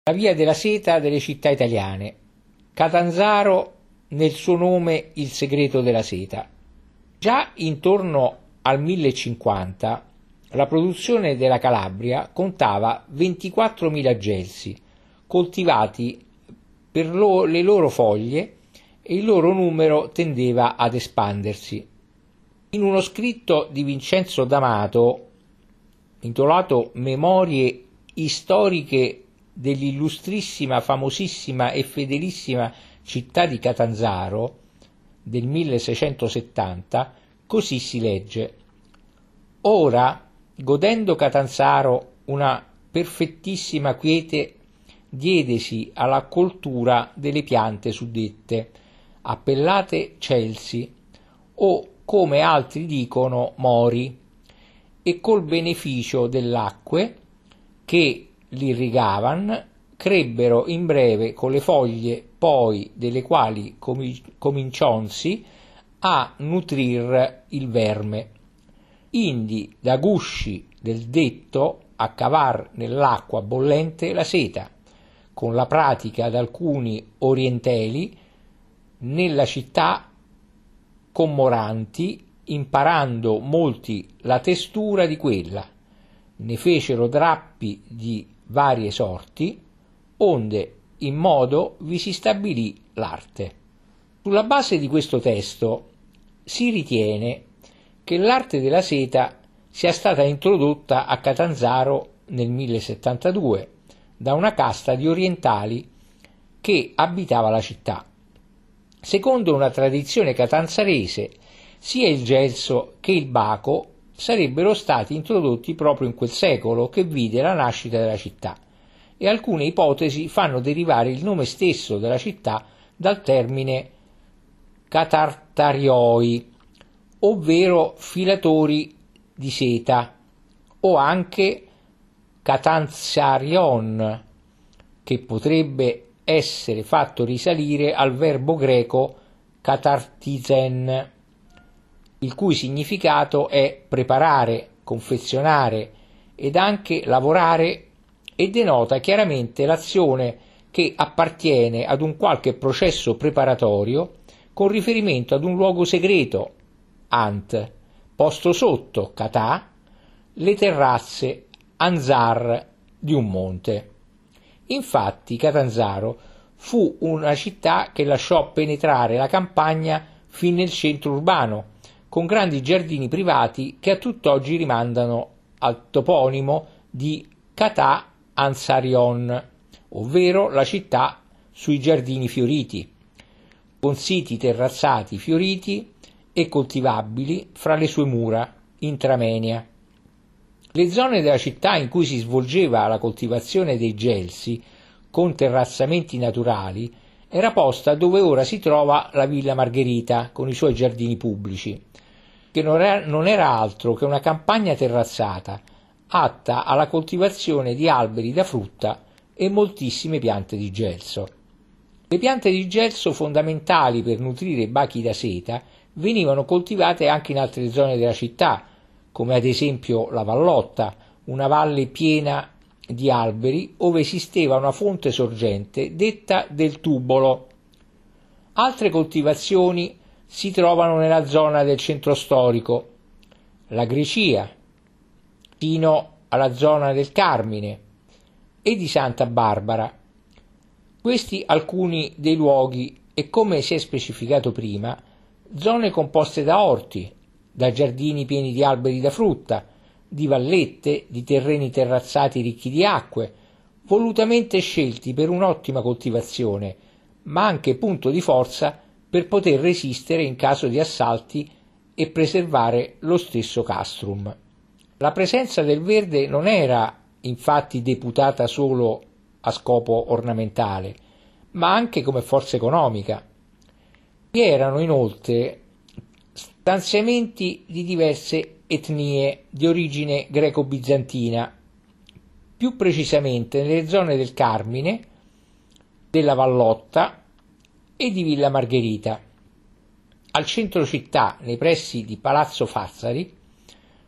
La via della seta delle città italiane. Catanzaro nel suo nome Il segreto della seta. Già intorno al 1050 la produzione della Calabria contava 24.000 gelsi, coltivati per le loro foglie, e il loro numero tendeva ad espandersi. In uno scritto di Vincenzo D'Amato, intitolato Memorie storiche dell'illustrissima, famosissima e fedelissima città di Catanzaro del 1670, così si legge: ora, godendo Catanzaro una perfettissima quiete, diedesi alla coltura delle piante suddette, appellate celsi, o come altri dicono mori, e col beneficio dell'acque che l'irrigavan, crebbero in breve con le foglie poi delle quali comincionsi a nutrir il verme, indi da gusci del detto a cavar nell'acqua bollente la seta, con la pratica d'alcuni orienteli nella città commoranti, imparando molti la testura di quella, ne fecero drappi di varie sorti, onde in modo vi si stabilì l'arte. Sulla base di questo testo si ritiene che l'arte della seta sia stata introdotta a Catanzaro nel 1072 da una casta di orientali che abitava la città. Secondo una tradizione catanzarese, sia il gelso che il baco sarebbero stati introdotti proprio in quel secolo che vide la nascita della città, e alcune ipotesi fanno derivare il nome stesso della città dal termine catartarioi, ovvero filatori di seta, o anche catanzarion, che potrebbe essere fatto risalire al verbo greco katartizen, il cui significato è preparare, confezionare ed anche lavorare, e denota chiaramente l'azione che appartiene ad un qualche processo preparatorio con riferimento ad un luogo segreto, ant, posto sotto, catà, le terrazze, anzar, di un monte. Infatti Catanzaro fu una città che lasciò penetrare la campagna fin nel centro urbano, con grandi giardini privati che a tutt'oggi rimandano al toponimo di Catà Ansarion, ovvero la città sui giardini fioriti, con siti terrazzati fioriti e coltivabili fra le sue mura intramenia. Le zone della città in cui si svolgeva la coltivazione dei gelsi con terrazzamenti naturali era posta dove ora si trova la Villa Margherita con i suoi giardini pubblici, che non era altro che una campagna terrazzata atta alla coltivazione di alberi da frutta e moltissime piante di gelso. Le piante di gelso, fondamentali per nutrire i bachi da seta, venivano coltivate anche in altre zone della città, come ad esempio la Vallotta, una valle piena di alberi ove esisteva una fonte sorgente detta del Tubolo. Altre coltivazioni si trovano nella zona del centro storico, la Grecia, fino alla zona del Carmine e di Santa Barbara. Questi alcuni dei luoghi, e come si è specificato prima, zone composte da orti, da giardini pieni di alberi da frutta, di vallette, di terreni terrazzati ricchi di acque, volutamente scelti per un'ottima coltivazione, ma anche punto di forza per poter resistere in caso di assalti e preservare lo stesso castrum. La presenza del verde non era infatti deputata solo a scopo ornamentale, ma anche come forza economica. Vi erano inoltre stanziamenti di diverse etnie di origine greco-bizantina, più precisamente nelle zone del Carmine, della Vallotta e di Villa Margherita. Al centro città, nei pressi di Palazzo Fazzari,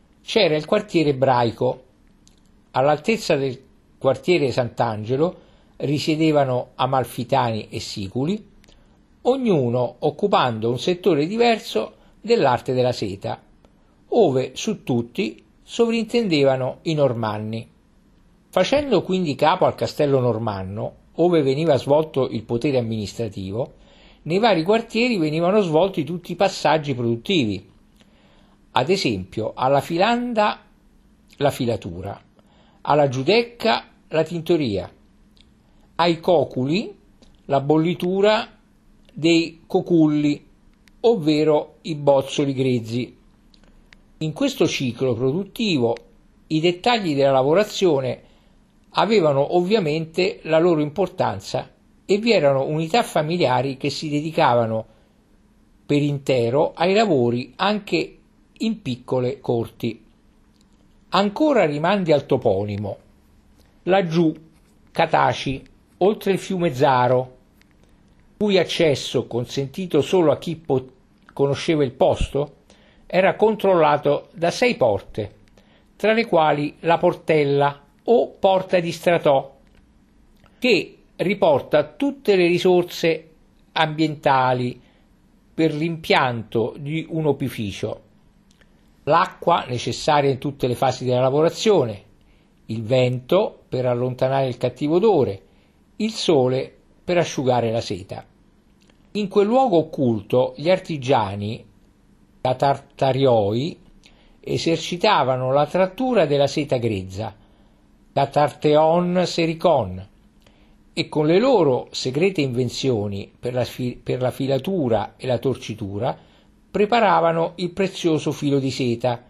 c'era il quartiere ebraico. All'altezza del quartiere Sant'Angelo risiedevano Amalfitani e Siculi, ognuno occupando un settore diverso dell'arte della seta, ove su tutti sovrintendevano i Normanni. Facendo quindi capo al castello normanno, ove veniva svolto il potere amministrativo, nei vari quartieri venivano svolti tutti i passaggi produttivi, ad esempio alla filanda la filatura, alla giudecca la tintoria, ai coculi la bollitura dei coculli, ovvero i bozzoli grezzi. In questo ciclo produttivo i dettagli della lavorazione avevano ovviamente la loro importanza e vi erano unità familiari che si dedicavano per intero ai lavori anche in piccole corti. Ancora rimandi al toponimo. Laggiù, Cataci, oltre il fiume Zaro, cui accesso, consentito solo a chi conosceva il posto, era controllato da 6 porte, tra le quali la Portella o Porta di Stratò, che riporta tutte le risorse ambientali per l'impianto di un opificio: l'acqua necessaria in tutte le fasi della lavorazione, il vento per allontanare il cattivo odore, il sole per asciugare la seta. In quel luogo occulto gli artigiani catartarioi esercitavano la trattura della seta grezza, catarteon sericon, e con le loro segrete invenzioni per la filatura e la torcitura preparavano il prezioso filo di seta,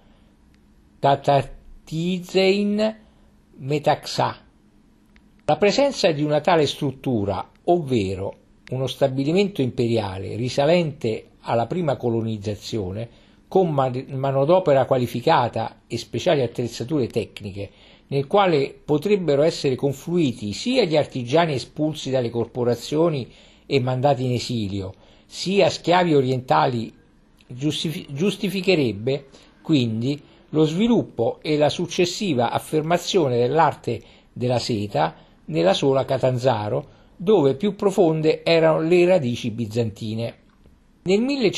catartizein metaxa. La presenza di una tale struttura, ovvero uno stabilimento imperiale risalente alla prima colonizzazione, con manodopera qualificata e speciali attrezzature tecniche, nel quale potrebbero essere confluiti sia gli artigiani espulsi dalle corporazioni e mandati in esilio, sia schiavi orientali, giustificherebbe quindi lo sviluppo e la successiva affermazione dell'arte della seta nella sola Catanzaro, dove più profonde erano le radici bizantine. Nel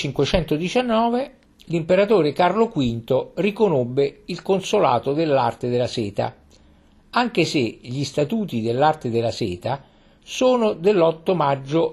1519 l'imperatore Carlo V riconobbe il consolato dell'arte della seta, anche se gli statuti dell'arte della seta sono dell'8 maggio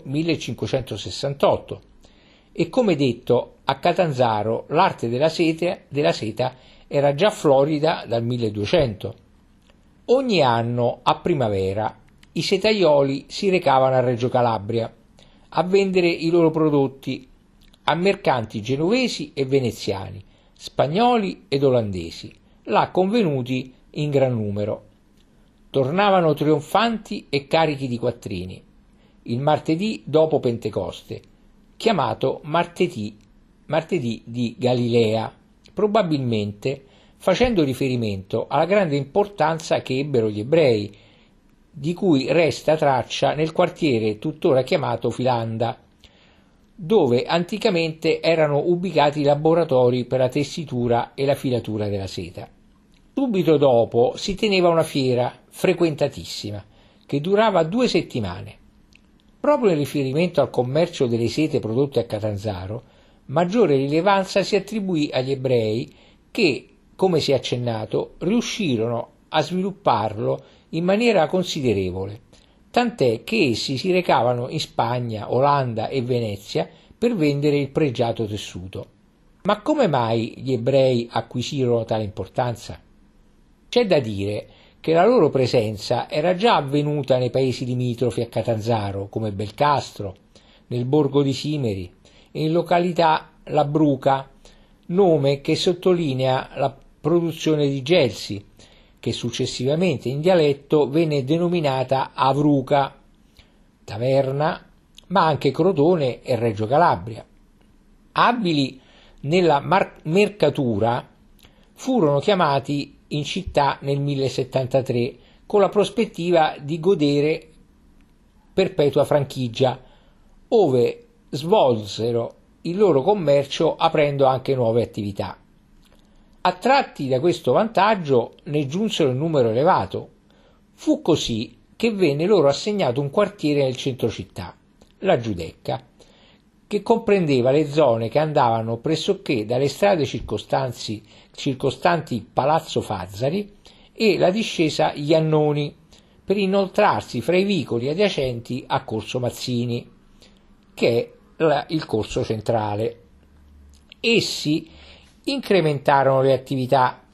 1568 e, come detto, a Catanzaro l'arte della seta era già florida dal 1200. Ogni anno a primavera i setaioli si recavano a Reggio Calabria a vendere i loro prodotti a mercanti genovesi e veneziani, spagnoli ed olandesi, là convenuti in gran numero. Tornavano trionfanti e carichi di quattrini, il martedì dopo Pentecoste, chiamato martedì di Galilea, probabilmente facendo riferimento alla grande importanza che ebbero gli ebrei, di cui resta traccia nel quartiere tuttora chiamato Filanda, dove anticamente erano ubicati i laboratori per la tessitura e la filatura della seta. Subito dopo si teneva una fiera frequentatissima, che durava 2 settimane. Proprio in riferimento al commercio delle sete prodotte a Catanzaro, maggiore rilevanza si attribuì agli ebrei che, come si è accennato, riuscirono a svilupparlo in maniera considerevole, tant'è che essi si recavano in Spagna, Olanda e Venezia per vendere il pregiato tessuto. Ma come mai gli ebrei acquisirono tale importanza? C'è da dire che la loro presenza era già avvenuta nei paesi limitrofi a Catanzaro, come Belcastro, nel borgo di Simeri e in località La Bruca, nome che sottolinea la produzione di gelsi, che successivamente in dialetto venne denominata Avruca, Taverna, ma anche Crotone e Reggio Calabria. Abili nella mercatura, furono chiamati in città nel 1073 con la prospettiva di godere perpetua franchigia, ove svolsero il loro commercio aprendo anche nuove attività. Attratti da questo vantaggio ne giunsero in numero elevato. Fu così che venne loro assegnato un quartiere nel centro città, la Giudecca, che comprendeva le zone che andavano pressoché dalle strade circostanti Palazzo Fazzari e la discesa Iannoni, per inoltrarsi fra i vicoli adiacenti a Corso Mazzini, che è il corso centrale. Essi incrementarono le attività,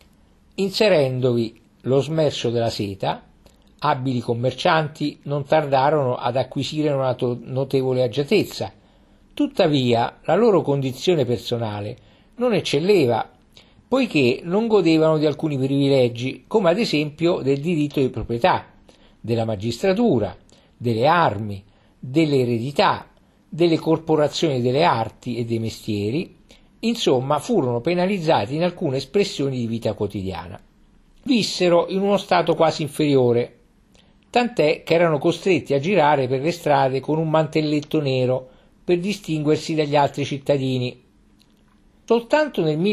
inserendovi lo smercio della seta. Abili commercianti non tardarono ad acquisire una notevole agiatezza. Tuttavia, la loro condizione personale non eccelleva, poiché non godevano di alcuni privilegi, come ad esempio del diritto di proprietà, della magistratura, delle armi, delle eredità, delle corporazioni delle arti e dei mestieri. Insomma, furono penalizzati in alcune espressioni di vita quotidiana. Vissero in uno stato quasi inferiore, tant'è che erano costretti a girare per le strade con un mantelletto nero per distinguersi dagli altri cittadini. Soltanto nel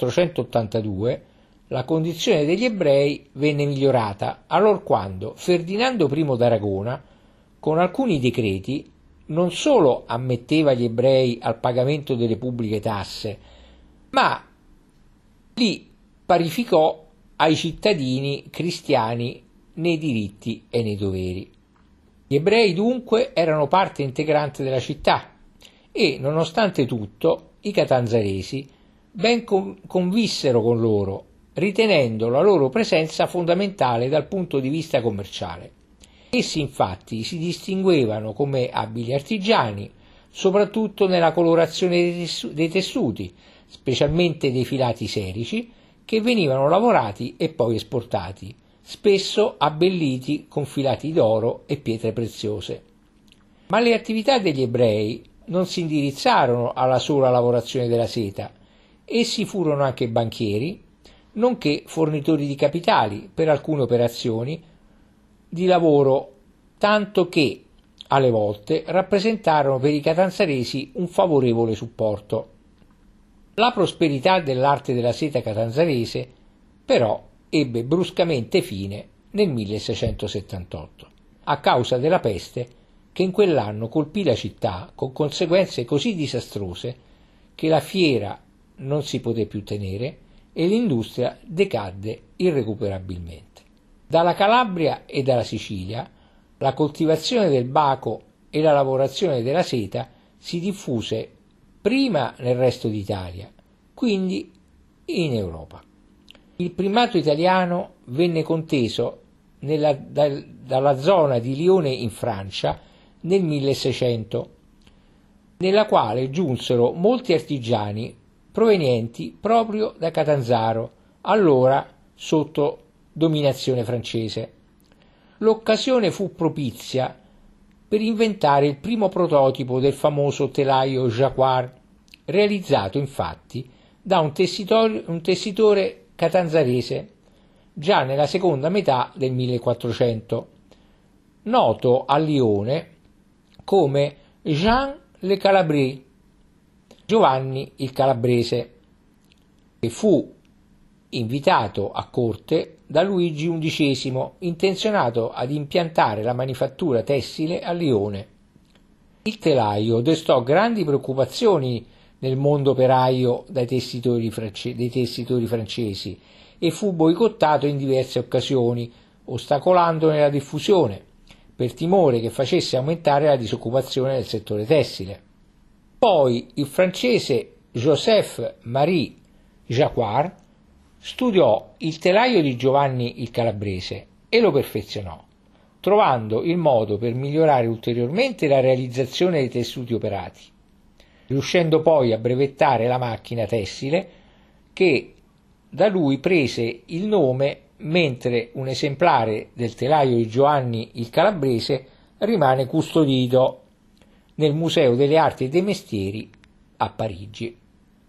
1482 la condizione degli ebrei venne migliorata, allorquando Ferdinando I d'Aragona, con alcuni decreti, non solo ammetteva gli ebrei al pagamento delle pubbliche tasse, ma li parificò ai cittadini cristiani nei diritti e nei doveri. Gli ebrei dunque erano parte integrante della città e, nonostante tutto, i catanzaresi ben convissero con loro, ritenendo la loro presenza fondamentale dal punto di vista commerciale. Essi infatti si distinguevano come abili artigiani, soprattutto nella colorazione dei tessuti, specialmente dei filati serici, che venivano lavorati e poi esportati, spesso abbelliti con filati d'oro e pietre preziose. Ma le attività degli ebrei non si indirizzarono alla sola lavorazione della seta. Essi furono anche banchieri, nonché fornitori di capitali per alcune operazioni di lavoro, tanto che alle volte rappresentarono per i catanzaresi un favorevole supporto. La prosperità dell'arte della seta catanzarese però ebbe bruscamente fine nel 1678, a causa della peste che in quell'anno colpì la città con conseguenze così disastrose che la fiera non si poté più tenere e l'industria decadde irrecuperabilmente. Dalla Calabria e dalla Sicilia la coltivazione del baco e la lavorazione della seta si diffuse prima nel resto d'Italia, quindi in Europa. Il primato italiano venne conteso dalla zona di Lione in Francia nel 1600, nella quale giunsero molti artigiani provenienti proprio da Catanzaro, allora sotto dominazione francese. L'occasione fu propizia per inventare il primo prototipo del famoso telaio Jacquard, realizzato infatti da un tessitore catanzarese già nella seconda metà del 1400, noto a Lione come Jean le Calabrese, Giovanni il Calabrese, che fu invitato a corte da Luigi XI, intenzionato ad impiantare la manifattura tessile a Lione. Il telaio destò grandi preoccupazioni nel mondo operaio dei tessitori francesi e fu boicottato in diverse occasioni, ostacolandone la diffusione, per timore che facesse aumentare la disoccupazione nel settore tessile. Poi il francese Joseph-Marie Jacquard studiò il telaio di Giovanni il Calabrese e lo perfezionò, trovando il modo per migliorare ulteriormente la realizzazione dei tessuti operati, riuscendo poi a brevettare la macchina tessile che da lui prese il nome, mentre un esemplare del telaio di Giovanni il Calabrese rimane custodito nel Museo delle Arti e dei Mestieri a Parigi.